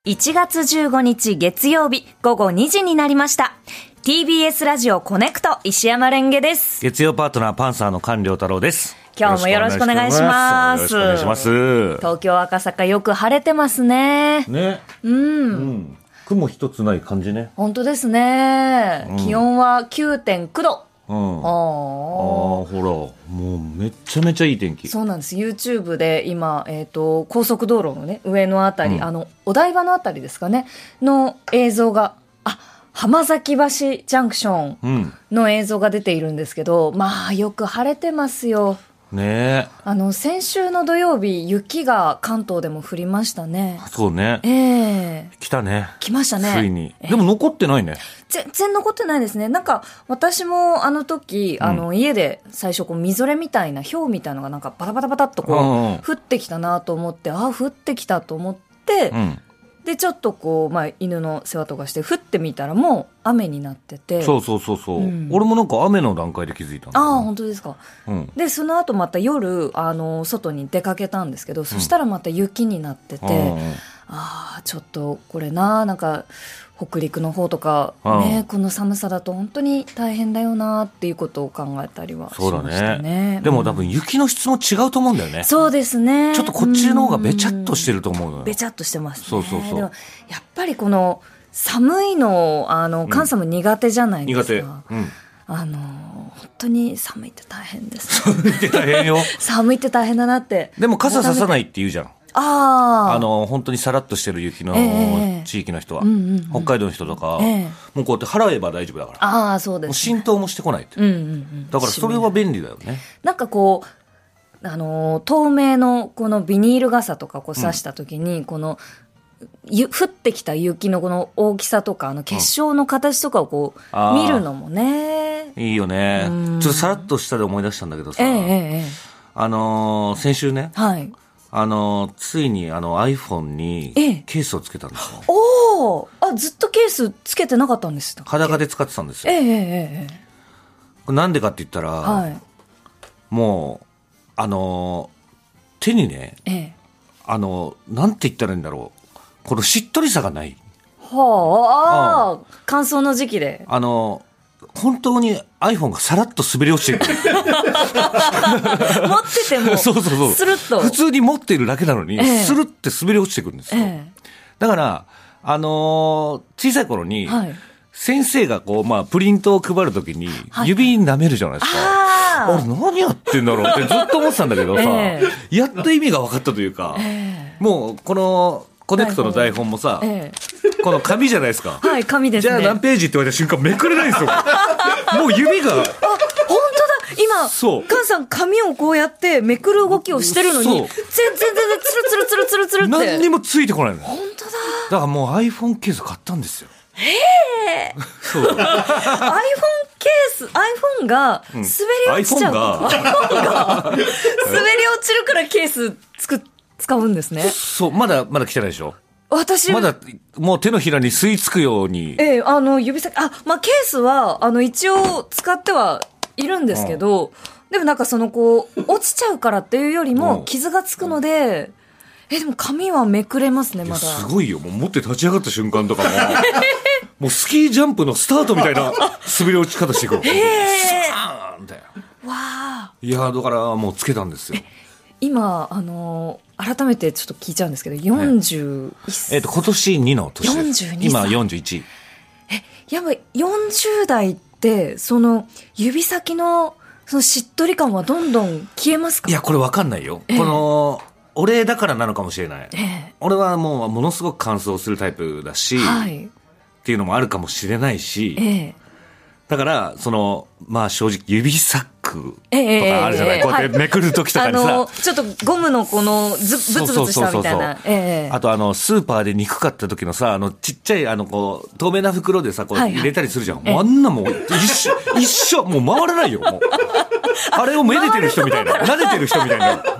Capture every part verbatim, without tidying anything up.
いちがつじゅうごにち月曜日ごごにじになりました。 ティービーエス ラジオコネクト石山レンゲです。 月曜パートナーパンサーの菅良太郎です。 今日もよろしくお願いします。 よろしくお願いします。 東京赤坂よく晴れてますね。 ね、 うん、うん、 雲一つない感じね。 本当ですね、うん、気温は きゅうてんきゅうど。うん、ああほらもうめちゃめちゃいい天気。 そうなんです。 YouTube で今、えーと、高速道路の、ね、上のあたり、うん、あのお台場のあたりですかねの映像が、あ浜崎橋ジャンクションの映像が出ているんですけど、うん、まあよく晴れてますよね。 あの先週の土曜日雪が関東でも降りましたね。 そうね、 えー、 来たね。 来ましたねついに。でも残ってないね、えー、 全然残ってないですね。なんか私もあの時、うん、あの家で最初こうみぞれみたいな氷みたいなのがなんかバタバタバタっとこう、うんうん、降ってきたなと思って、あ降ってきたと思って、うん、でちょっとこう、まあ、犬の世話とかして降ってみたらもう雨になってて。 そうそうそうそう、うん、俺もなんか雨の段階で気づいたんだ、ね、 ああ本当ですか、うん、でその後また夜あの外に出かけたんですけど、そしたらまた雪になってて、うん、ああちょっとこれななんか北陸の方とか、ね、この寒さだと本当に大変だよなっていうことを考えたりはしましたね。 そうだね、でも多分雪の質も違うと思うんだよね、うん、 そうですね。 ちょっとこっちの方がべちゃっとしてると思うのよ。 べちゃっとしてますね。 そうそうそう。 でもやっぱりこの寒いのあの関さんも苦手じゃないですか、うん、苦手、うん、あの本当に寒いって大変です、 ね、寒いって大変よ寒いって大変だなって。 でも傘ささないって言うじゃん。 ああの本当にさらっとしてる雪の地域の人は、えーうんうんうん、北海道の人とか、えー、もうこうやって払えば大丈夫だから。 ああそうです、ね、もう浸透もしてこないって、うんうんうん、だからそれは便利だよね。 なんかこうあの透明のこのビニール傘とかこう刺した時に、うん、このゆ降ってきた雪のこの大きさとかあの結晶の形とかをこう、うん、見るのもねいいよね。ちょっとさらっとしたで思い出したんだけどさ、えーえー、あのー、先週ね、はいあのついにあの iPhone にケースをつけたんですよ。 おーあずっとケースつけてなかったんですか。 裸で使ってたんですよ。 ええええこれなんでかって言ったら、はい、もうあの手にね、ええ、あのなんて言ったらいいんだろう、このしっとりさがない。 はあ、あ乾燥の時期であの本当に iPhone がさらっと滑り落ちてる持っててもそうそうそうスルッと普通に持っているだけなのに、えー、スルッて滑り落ちてくるんですよ、えー、だからあのー、小さい頃に、はい、先生がこう、まあ、プリントを配るときに指舐めるじゃないですか、はい、あれ何やってんだろうってずっと思ってたんだけどさ、えー、やっと意味が分かったというか、えー、もうこのコネクトの台本もさ、ええ、この紙じゃないですか。 はい、紙ですね。 じゃあ何ページって言われた瞬間めくれないんですよ。もう指が。あ、本当だ。 今、菅さん紙をこうやってめくる動きをしてるのに、全然全然ツルツルツルツルツルって。 何にもついてこないの。 本当だ。 だからもう iPhone ケース買ったんですよ。 へー。そう。iPhone ケース、iPhone が滑り落ちちゃう。うん、iPhone が, iPhone が滑り落ちるからケース作って。使うんですね。 そう、まだ、まだ来てないでしょ。 私。 まだ、もう手のひらに吸い付くように。 ええー、あの、指先、あ、まあ、ケースは、あの、一応使ってはいるんですけど、うん、でもなんかその、こう、落ちちゃうからっていうよりも、傷がつくので、うん、え、でも紙はめくれますね、まだ。 すごいよ。もう持って立ち上がった瞬間とかも、もうスキージャンプのスタートみたいな滑り落ち方してくる。へえ。ーみたいな。わあ。いや、だからもうつけたんですよ。 今、あのー、改めてちょっと聞いちゃうんですけど、よんじゅういっさい、 えー、と今年にの年です。よんじゅうにさい今よんじゅういち。 え、やっぱよんじゅう代ってその指先のそのしっとり感はどんどん消えますか。 いやこれ分かんないよ、えー、この俺だからなのかもしれない、えー、俺はもうものすごく乾燥するタイプだし、はい、っていうのもあるかもしれないし、えーだから、その、まあ正直指サックとかあるじゃない、えーえー、こうやってめくるときとかにさ、はい、あのちょっとゴムのこのずブツブツしたみたいな。 あとあの、スーパーで肉買った時のさ、あの、ちっちゃいあの、こう、透明な袋でさ、こう入れたりするじゃん。はいはい、もうあんなもう一緒、一緒、もう回らないよ、もう。あれをめでてる人みたいな。撫でてる人みたいな。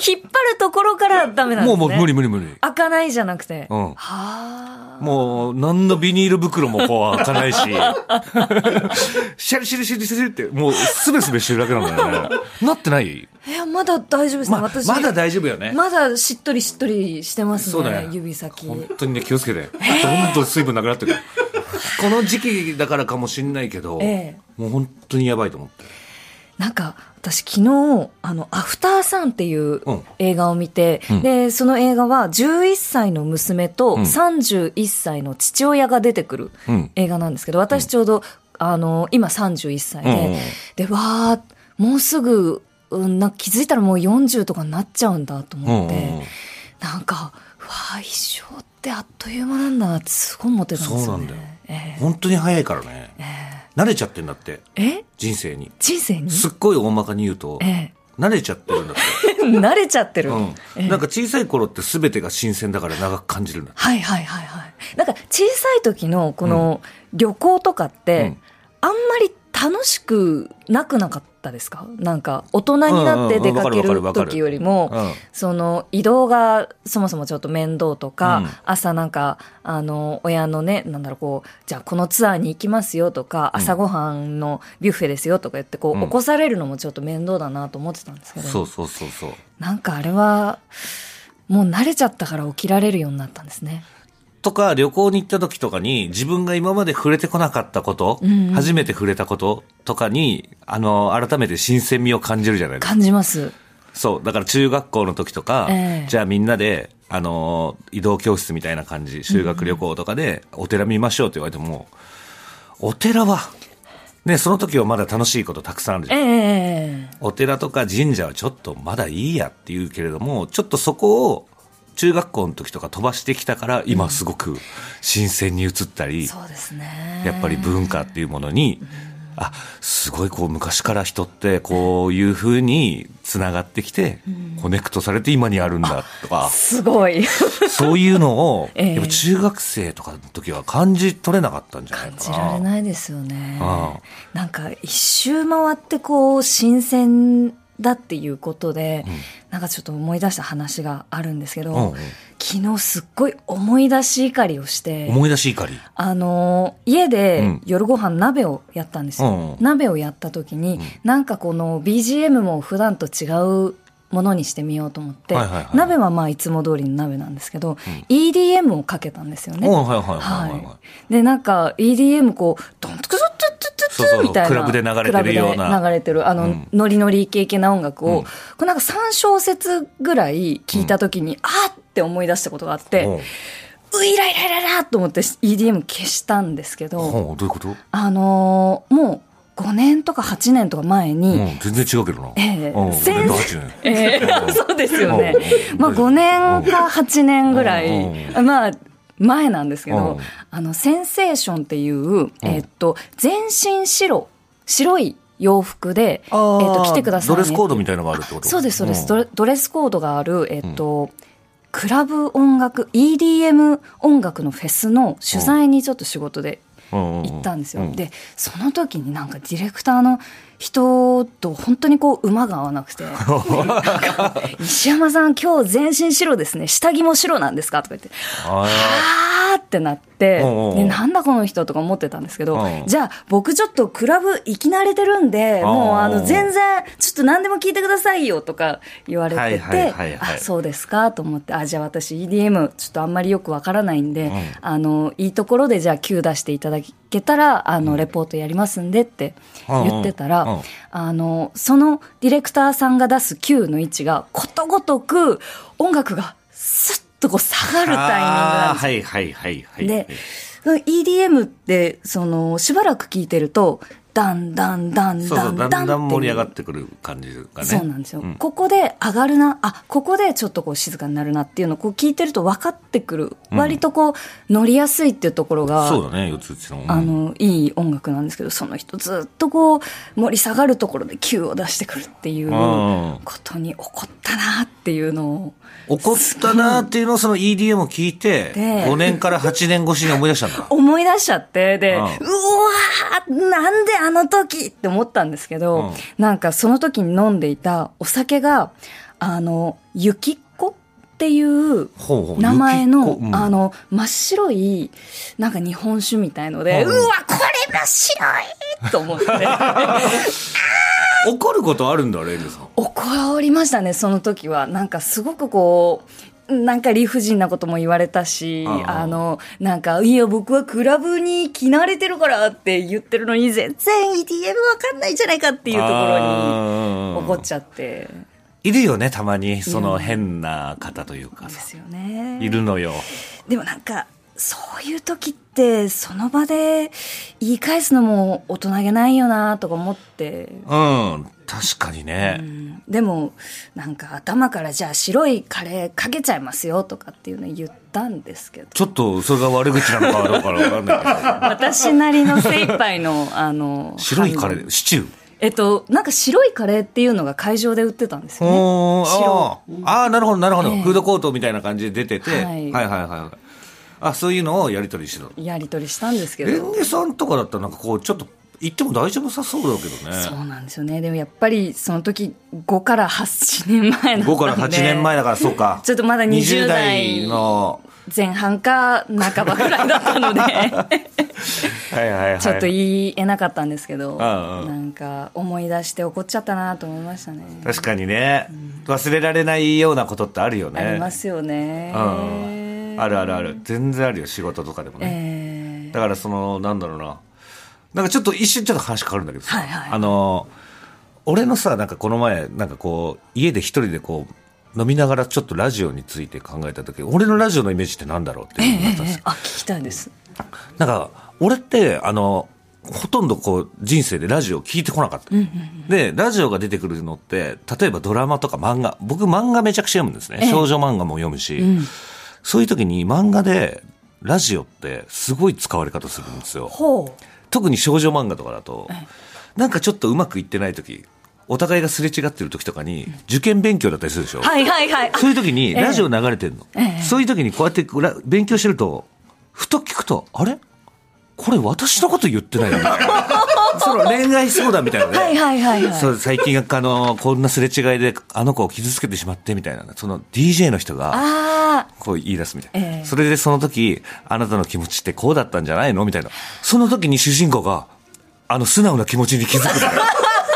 引っ張るところからダメなんですね。 もうもう無理無理無理。 開かないじゃなくて。 うん。 はあ。 もう、何のビニール袋もこう開かないし、シャリシャリシャリシャリって、もうスベスベしてるだけなんだよね。なってない？ いや、まだ大丈夫ですね、 ま、 私。 まだ大丈夫よね。 まだしっとりしっとりしてますね。 そうだね。 指先。 本当にね、気をつけて。どんどん水分なくなってくる。この時期だからかもしんないけど、ええ、もう本当にやばいと思って。 なんか、私昨日、あの、アフターサンっていう映画を見て、うん、で、その映画はじゅういっさいの娘とさんじゅういっさいの父親が出てくる映画なんですけど、私ちょうど、あの、今さんじゅういっさいで、うん、で、わー、もうすぐ、うん、な気づいたらもうよんじゅうとかになっちゃうんだと思って、うん、なんか、わー、一生ってあっという間なんだなってすごい思ってたんですよね。そうなんだよ。 えー、本当に早いからね。えー慣れちゃってんだって。 え人生に。 人生にすっごい大まかに言うと、ええ、慣れちゃってるんだって。 慣れちゃってる、 うんええ、なんか小さい頃って全てが新鮮だから長く感じるんだって。 はいはいはいはい。なんか小さい時のこの旅行とかって、うん、あんまり楽しくなくなかったですか？なんか大人になって出かける時よりも、その移動がそもそもちょっと面倒とか、うん、朝なんかあの親のね、なんだろう、こうじゃあこのツアーに行きますよとか、うん、朝ごはんのビュッフェですよとか言ってこう、うん、起こされるのもちょっと面倒だなと思ってたんですけど、 そうそうそうそう。 なんかあれはもう慣れちゃったから起きられるようになったんですね。 とか旅行に行った時とかに自分が今まで触れてこなかったこと、うんうん、初めて触れたこととかにあの改めて新鮮味を感じるじゃないですか。 感じます。 そうだから中学校の時とか、えー、じゃあみんなであの移動教室みたいな感じ、修学旅行とかでお寺見ましょうって言われても、うん、お寺はね、その時はまだ楽しいことたくさんあるじゃん、えー、お寺とか神社はちょっとまだいいやって言うけれども、ちょっとそこを中学校の時とか飛ばしてきたから今すごく新鮮に映ったり、うん、そうですね、やっぱり文化っていうものに、うん、あ、すごいこう昔から人ってこういう風につながってきて、うん、コネクトされて今にあるんだとか、 すごいそういうのを、えー、やっぱ中学生とかの時は感じ取れなかったんじゃないかな。 感じられないですよね。ああ、なんか一周回ってこう新鮮だっていうことで、うん、なんかちょっと思い出した話があるんですけど、うんうん、昨日すっごい思い出し怒りをして、 思い出し怒り、 あの家で夜ご飯鍋をやったんですよ、うんうん、鍋をやった時に、うん、なんかこの ビージーエム も普段と違うものにしてみようと思って、はいはいはい、鍋はまあいつも通りの鍋なんですけど、うん、イーディーエム をかけたんですよね。でなんか イーディーエム こうドントクソットゥットゥットゥッそうそうみたいなクラブで流れてるような流れてるあの、うん、ノリノリイケイケな音楽を、うん、こうなんかさん小節ぐらい聞いた時に、うん、あーって思い出したことがあって、うん、ういらいらいらいらと思って イーディーエム 消したんですけど、 どういうこと？ あのー、もうごねんとかはちねんとか前に、 うん、全然違うけどな、 えー、 先生、えー、そうですよね、まあ、ごねんかはちねんぐらい、まあ前なんですけど、あのセンセーションっていう、えー、っと全身白白い洋服で、えー、っと来てくださいね、 ドレスコードみたいなのがあるってこと？ そうですそうです、ドレ、ドレスコードがある、えー、っと、うん、クラブ音楽 イーディーエム 音楽のフェスの取材にちょっと仕事で行ったんですよ、うんうん、でその時になんかディレクターの人と本当にこう馬が合わなくて西山さん今日全身白ですね、下着も白なんですかとか言って、あーってなって、でなんだこの人とか思ってたんですけど、じゃあ僕ちょっとクラブ行き慣れてるんでもうあの全然ちょっと何でも聞いてくださいよとか言われてて、あ、そうですかと思って、あ、じゃあ私 イーディーエム ちょっとあんまりよくわからないんで、うん、あのいいところでじゃあ Q 出していただけたらあのレポートやりますんでって言ってたら、うんうん、あのそのディレクターさんが出す Q の位置がことごとく音楽がスッとこう下がるタイミングなんですよ。はいはいはいはい。で イーディーエム ってそのしばらく聴いてるとだんだんだんだんだんそうそうだんだん盛り上がってくる感じがね。 そうなんですよ、うん、ここで上がるな、あ、ここでちょっとこう静かになるなっていうのをこう聞いてると分かってくる、うん、割とこう乗りやすいっていうところが、 そうだね、四つ打ちの、うん、 あのいい音楽なんですけど、その人ずっとこう盛り下がるところで Q を出してくるっていうことに怒ったなっていうのを、 怒ったなっていうのをその イーディーエム を聞いてごねんからはちねん越しに思い出したんだ思い出しちゃって、で、うん、うわーなんであの時って思ったんですけど、うん、なんかその時に飲んでいたお酒があのゆきっこっていう名前の、うん、あの真っ白いなんか日本酒みたいので、うん、うわこれ真っ白いと思って怒ることあるんだレイルさん。 怒りましたねその時は。なんかすごくこうなんか理不尽なことも言われたし、ああのなんかいや僕はクラブに着慣れてるからって言ってるのに全然 イーディーエム わかんないじゃないかっていうところに怒っちゃって。 いるよねたまにその変な方というかさ、 ですよね、 いるのよ。でもなんかそういう時ってその場で言い返すのも大人げないよなとか思って。 うん確かにね、うん、 でもなんか頭からじゃあ白いカレーかけちゃいますよとかっていうの言ったんですけど、 ちょっとそれが悪口なのかどうかわかんないけど私なりの精一杯のあの白いカレーシチューえっと、なんか白いカレーっていうのが会場で売ってたんですよね。 白ああなるほどなるほど、えー、フードコートみたいな感じで出てて、はい、はいはいはいあそういうのをやり取りしてたやり取りしたんですけど、 レンゲさんとかだったらなんかこうちょっと行っても大丈夫さそうだけどね。 そうなんですよね。でもやっぱりその時ごからはちねんまえだったんでごからはちねんまえだからそうかちょっとまだにじゅう代の前半か半ばぐらいだったのではいはい、はい、ちょっと言えなかったんですけど、うんうん、なんか思い出して怒っちゃったなと思いましたね。 確かにね、うん、忘れられないようなことってあるよね。 ありますよね、 うん、あるあるある全然あるよ仕事とかでもね、えー、だからそのなんだろうななんかちょっと一瞬ちょっと話変わるんだけどさ、はいはい、あの俺のさなんかこの前なんかこう家で一人でこう飲みながらちょっとラジオについて考えた時俺のラジオのイメージってなんだろうっていうのがあったんですよ、 えーえー、あ聞きたいです。 なんか俺ってあのほとんどこう人生でラジオ聞いてこなかった、うんうんうん、でラジオが出てくるのって例えばドラマとか漫画僕漫画めちゃくちゃ読むんですね、えー、少女漫画も読むし、うん、そういう時に漫画でラジオってすごい使われ方するんですよ。 ほう特に少女漫画とかだとなんかちょっとうまくいってない時お互いがすれ違ってる時とかに受験勉強だったりするでしょ、 はいはいはい、 そういう時にラジオ流れてるの、ええ、そういう時にこうやって勉強してるとふと聞くとあれこれ私のこと言ってないよみたいなその恋愛相談みたいなねはいはいはい、はい、 そう最近あのこんなすれ違いであの子を傷つけてしまってみたいなその ディージェー の人がこう言い出すみたいな、ええ、それでその時あなたの気持ちってこうだったんじゃないのみたいなその時に主人公があの素直な気持ちに気づくみたいな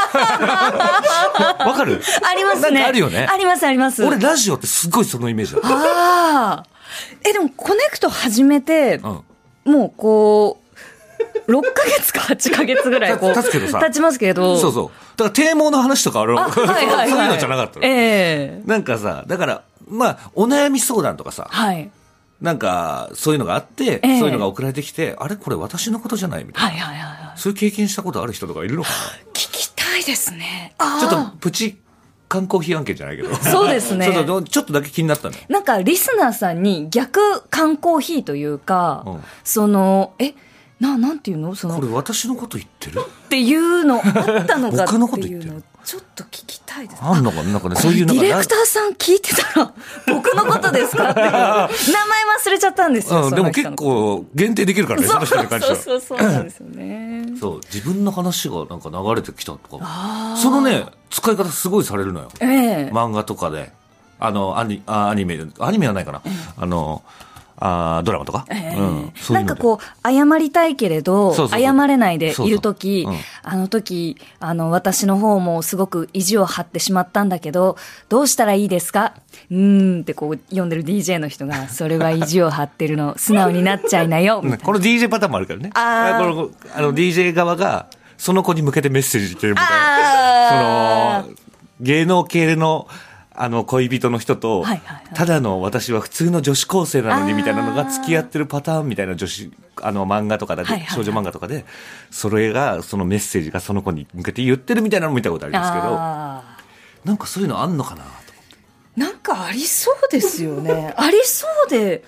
わかる？ ありますね。 あるよね。 ありますあります。 俺ラジオってすごいそのイメージだった。 ああ。えでもコネクト始めて、うん、もうこうろっかげつかはちかげつぐらいこう経つけどさ経ちますけど。 そうそう。だから啓蒙の話とかあるの、はいはいはい、そういうのじゃなかったの。 ええー。 なんかさだからまあお悩み相談とかさ。 はい。 なんかそういうのがあって、えー、そういうのが送られてきてあれこれ私のことじゃないみたいな、はいはいはいはい、そういう経験したことある人とかいるのかな。 聞きたいですね。 ちょっとプチ缶コーヒー案件じゃないけどそうですねちょっと、ちょっとだけ気になったの。 なんかリスナーさんに逆缶コーヒーというか、うん、そのえななんていうのそのこれ私のこと言ってるっていうのあったのか僕のこと言ってるちょっと聞きたいです。 あんのかなんかねそういうのディレクターさん聞いてたら僕のことですかって名前忘れちゃったんですよ、 うん、でも結構限定できるからねその人に関しては。 そうそうそうなんですよねそう自分の話がなんか流れてきたとかそのね使い方すごいされるのよ、えー、漫画とかであのアニあアニメアニメはないかな、えー、あのあドラマとか、えーうん、そういうのでなんかこう謝りたいけれどそうそうそう謝れないでいるとき、うん、あの時あの私の方もすごく意地を張ってしまったんだけどどうしたらいいですかうーんってこう読んでる ディージェー の人がそれは意地を張ってるの素直になっちゃいなよみたいなこの ディージェー パターンもあるからねあこのあの ディージェー 側がその子に向けてメッセージしてるみたいなその芸能系のあの恋人の人と、はいはいはい、ただの私は普通の女子高生なのにみたいなのが付き合ってるパターンみたいな女子あの漫画とかで、はいはいはい、少女漫画とかでそれがそのメッセージがその子に向けて言ってるみたいなのを見たことありますけどなんかそういうのあんのかなと思ってなんかありそうですよねありそうで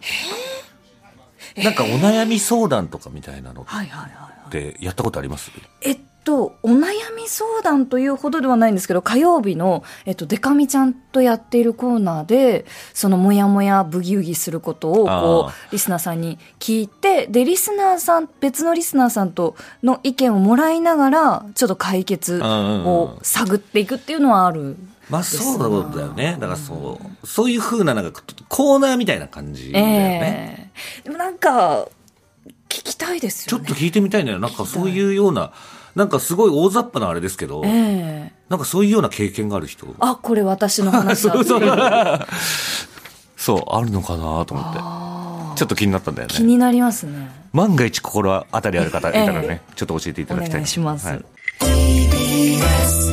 へなんかお悩み相談とかみたいなのってやったことあります？ えっとお悩み相談というほどではないんですけど火曜日の、えっと、デカミちゃんとやっているコーナーでそのモヤモヤブギウギすることをこうリスナーさんに聞いてでリスナーさん別のリスナーさんとの意見をもらいながらちょっと解決を探っていくっていうのはある。 まあそうだよね。だからそう、うん、そういう風ななんかコーナーみたいな感じだよね。 えー、でもなんか聞きたいですよね。 ちょっと聞いてみたいね。なんかそういうような、なんかすごい大雑把なあれですけど、えー、なんかそういうような経験がある人。 あ、これ私の話だ。 そうそう。そう、あるのかなと思って。ちょっと気になったんだよね。 気になりますね。 万が一心当たりある方いたらね、えー、ちょっと教えていただきたい。 お願いします。はい。